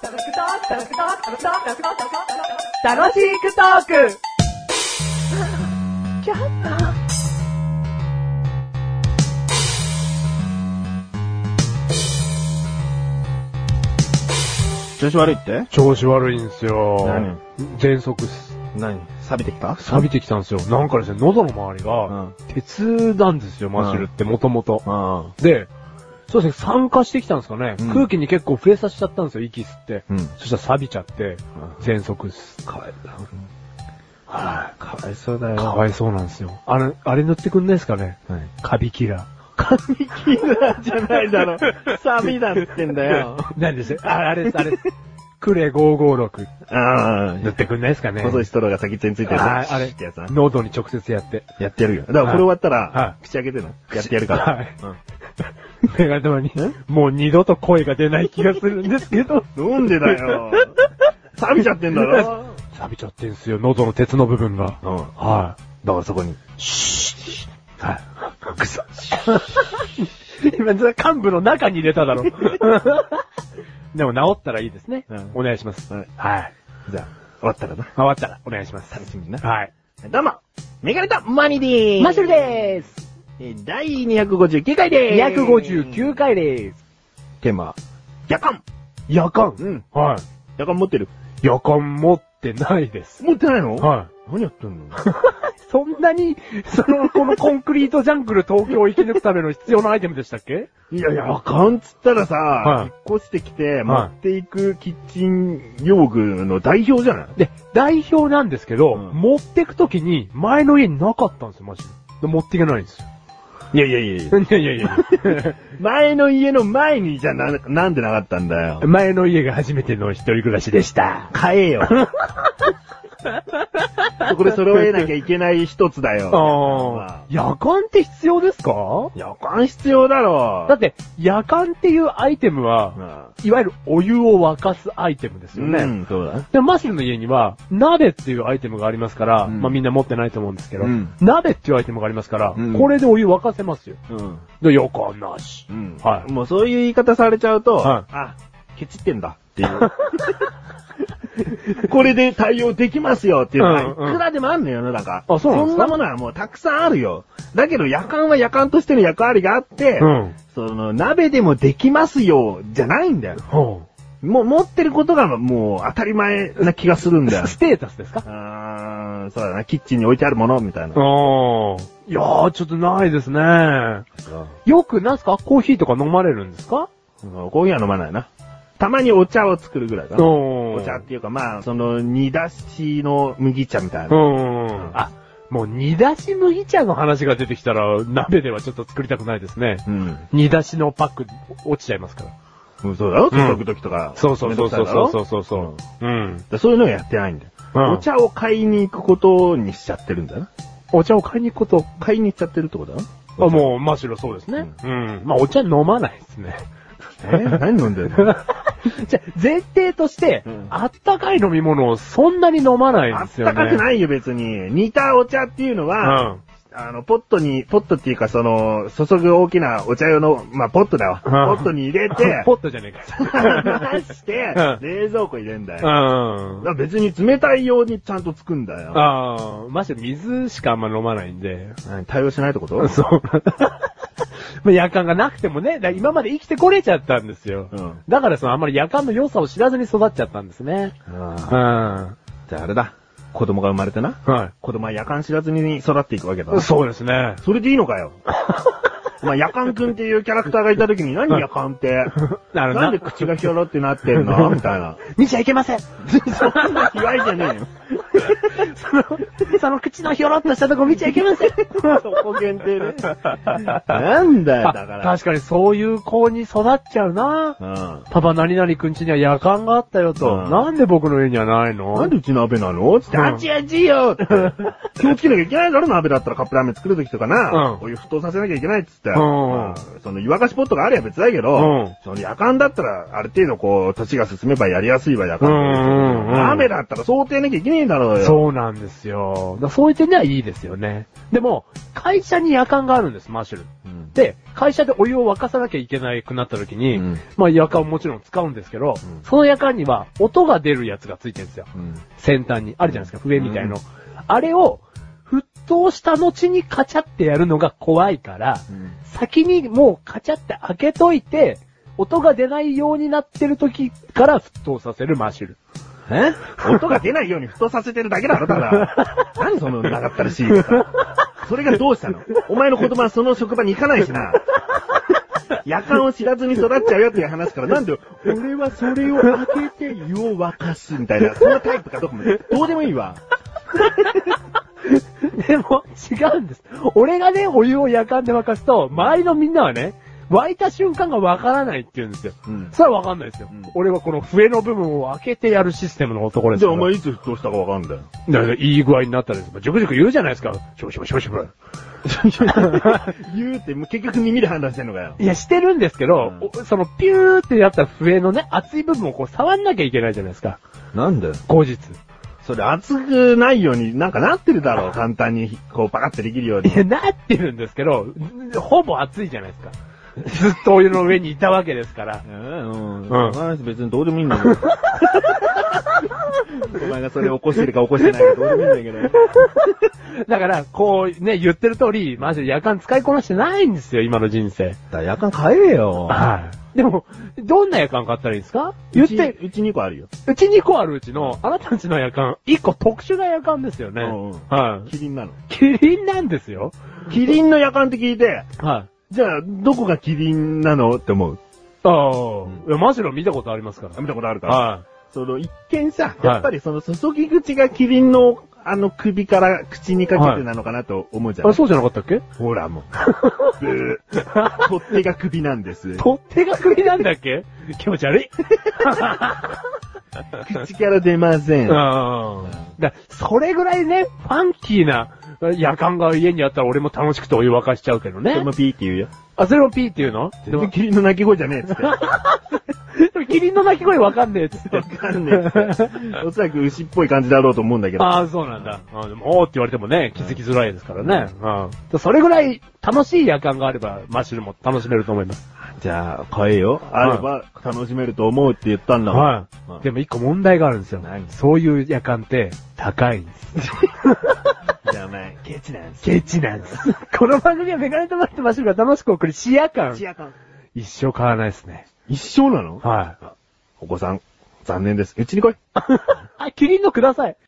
楽しくトーク調子悪いって？ 調子悪いんですよ。 何？ 喘息っす。 何？錆びてきた？ 錆びてきたんですよ。なんかですね、喉の周りが、鉄なんですよ、マシュルって、もともと。で、そうですね、酸化してきたんですかね。空気に結構触れさせちゃったんですよ、息吸って。そしたら錆びちゃって、喘息っす。 かわいそう。 はい。 かわいそうだよ。 かわいそうなんですよ。あれ塗ってくんないですかね。カビキラー。 カビキラーじゃないだろ。錆びだってんだよ。 何ですよ。あれ。クレ556。塗ってくんないですかね。 細いストローが先っちょについてる。 あれ、喉に直接やってやるよ。 だからこれ終わったら、口開けての。やってやるから。はい。 メガネ玉に、もう二度と声が出ない気がするんですけど。 なんでだよ。錆びちゃってんだろ。 錆びちゃってんすよ、喉の鉄の部分が。 はい。だからそこに。 はい。くそ。今、幹部の中に入れただろ。でも治ったらいいですね。お願いします。はい。 じゃあ、終わったらな。 終わったらお願いします。 楽しみにな。 はい。 どうも、メガネとマニでーす。 マッシュルでーす。 第259回でーす。 259回でーす。 テーマ、夜間。 夜間？はい。 夜間持ってる？ 夜間持ってないです。 持ってないの？ はい。 何やってんの？ そんなに、このコンクリートジャングル東京を生き抜くための必要なアイテムでしたっけ？ いや、夜間つったらさ、引っ越してきて持っていくキッチン用具の代表じゃない？ で、代表なんですけど、持ってくときに前の家になかったんですよ、マジで。持っていけないんですよ。 いや。前の家の前にじゃなんでなかったんだよ。 前の家が初めての一人暮らしでした。 買えよ。これ揃えなきゃいけない一つだよ。 夜間って必要ですか？ 夜間必要だろ。 だって、夜間っていうアイテムは、いわゆるお湯を沸かすアイテムですよね。 そうだ。 でもマシルの家には、鍋っていうアイテムがありますから、まあみんな持ってないと思うんですけど、鍋っていうアイテムがありますから、これでお湯沸かせますよ。で、夜間なし。 はい。もうそういう言い方されちゃうと、あ、ケチってんだっていう。これで対応できますよっていうのは、いくらでもあるのよ、世の中。そんなものはもうたくさんあるよ。だけど夜間は夜間としての役割があって、鍋でもできますよ、じゃないんだよ。もう持ってることがもう当たり前な気がするんだよ。 ステータスですか？ そうだな、キッチンに置いてあるもの、みたいな。 いやー、ちょっとないですね。よく、なんすか？コーヒーとか飲まれるんですか？ コーヒーは飲まないな。たまにお茶を作るぐらいかな。お茶っていうか、まあ、煮出しの麦茶みたいな。 あ、もう煮出し麦茶の話が出てきたら、鍋ではちょっと作りたくないですね。煮出しのパック落ちちゃいますから。 そうだよ、注ぐときとか。 そう。そういうのをやってないんだよ。お茶を買いに行くことにしちゃってるんだな。 お茶を買いに行くこと買いに行っちゃってるってことだな。もう、ましろそうですね。まあ、お茶飲まないですね。 何飲んでるの？ じゃ、前提として、あったかい飲み物をそんなに飲まないんですよね。 あったかくないよ、別に。煮たお茶っていうのは、ポットっていうか注ぐ大きなお茶用の、まあ、ポットだわ。ポットに入れて、 ポットじゃねえか。 出して、冷蔵庫入れんだよ。別に冷たい用にちゃんとつくんだよ。 まして水しかあんま飲まないんで。 対応しないってこと？ そう。夜間がなくてもね、今まで生きてこれちゃったんですよ。だからあんまり夜間の良さを知らずに育っちゃったんですね。 じゃああれだ。子供が生まれてな。子供は夜間知らずに育っていくわけだ。 そうですね。 それでいいのかよ。まあ、夜間くんっていうキャラクターがいた時に何夜間って、なんで口がひょろってなってんのみたいな。 見ちゃいけません。 そんな卑猥じゃねえよ。 その口のひょろっとしたとこ見ちゃいけません。 そこ限定ね。なんだよ、だから。 確かにそういう子に育っちゃうな。パパ何々くんちには夜間があったよと。なんで僕の家にはないの？ なんでうち鍋なのつって、あっちあっちよ気をつけなきゃいけないだろ、鍋だったらカップラーメン作るときとかな。お湯沸騰させなきゃいけないっつって。湯沸かしポットがありゃ別だけど、夜間だったらある程度年が進めばやりやすいわ、夜間。鍋だったら想定なきゃいけねえだろろうよ。 そうなんですよ。だからそういう点ではいいですよね。でも、会社に夜間があるんです、マッシュル。で、会社でお湯を沸かさなきゃいけなくなった時に、まあ夜間もちろん使うんですけど、その夜間には音が出るやつがついてるんですよ。先端に。あるじゃないですか、笛みたいの。あれを、沸騰した後にカチャってやるのが怖いから、先にもうカチャって開けといて、音が出ないようになってる時から沸騰させるマッシュル。 音が出ないように沸騰させてるだけだろ、ただ。何その長ったらしいとか。それがどうしたの？お前の子供はその職場に行かないしな。夜間を知らずに育っちゃうよっていう話から、なんで、俺はそれを開けて湯を沸かすみたいな、そのタイプかどうでもいいわ。 でも、違うんです。俺がね、お湯を夜間で沸かすと、周りのみんなはね、沸いた瞬間がわからないって言うんですよ。それはわかんないですよ。俺はこの笛の部分を開けてやるシステムの男ですから。 じゃあお前いつ沸騰したかわかんだよ。 だからいい具合になったらです。ジュクジュク言うじゃないですか。しょしょしょ。 言うって結局耳で判断してんのかよ。 いや、してるんですけど、そのピューってやった笛のね、熱い部分をこう触んなきゃいけないじゃないですか。 なんだよ。 後日。 それ熱くないようになんかなってるだろう。簡単にこうパカってできるように。 いや、なってるんですけど、ほぼ熱いじゃないですか。ずっとお湯の上にいたわけですから。 別にどうでもいいんだけど。お前がそれ起こしてるか起こしてないかどうでもいいんだけど。 だから、こうね、言ってる通り、マジで夜間使いこなしてないんですよ、今の人生。 だから夜間買えよ。 はい。でも、どんな夜間買ったらいいですか？言って。 うち2個あるよ。 うち2個あるうちの、あなたんちの夜間、1個特殊な夜間ですよね。 はい。キリンなの。 キリンなんですよ。 キリンの夜間って聞いて、 はい。 じゃあ、どこがキリンなのって思う。 いや、マジで見たことありますから。 見たことあるから。 はい。 その、一見さ、やっぱりその注ぎ口がキリンの、首から口にかけてなのかなと思うじゃん。 そうじゃなかったっけ？ ほらもう。取っ手が首なんです。 取っ手が首なんだっけ？気持ち悪い。 口から出ません。 それぐらいね、ファンキーな夜間が家にあったら俺も楽しくてお湯沸かしちゃうけどね。 それもピーって言うよ。 それもピーって言うの？ でもキリンの鳴き声じゃねえっつって。 キリンの鳴き声わかんねえっつって。 わかんねえっつって。おそらく牛っぽい感じだろうと思うんだけど。 そうなんだ。でも、おーって言われてもね、気づきづらいですからね。それぐらい楽しい夜間があれば、マッシュルも楽しめると思います。 じゃあ、買えよ。あれば楽しめると思うって言ったんだもん。 でも一個問題があるんですよ。そういう夜間って高いんです。 じゃあお前、ケチなんです。 ケチなんです。この番組はメガネとマッシュマッシュルが楽しく送るシ夜間。一生買わないですね。 一生なの？ はい。 お子さん、残念です。うちに来い。 キリンのください。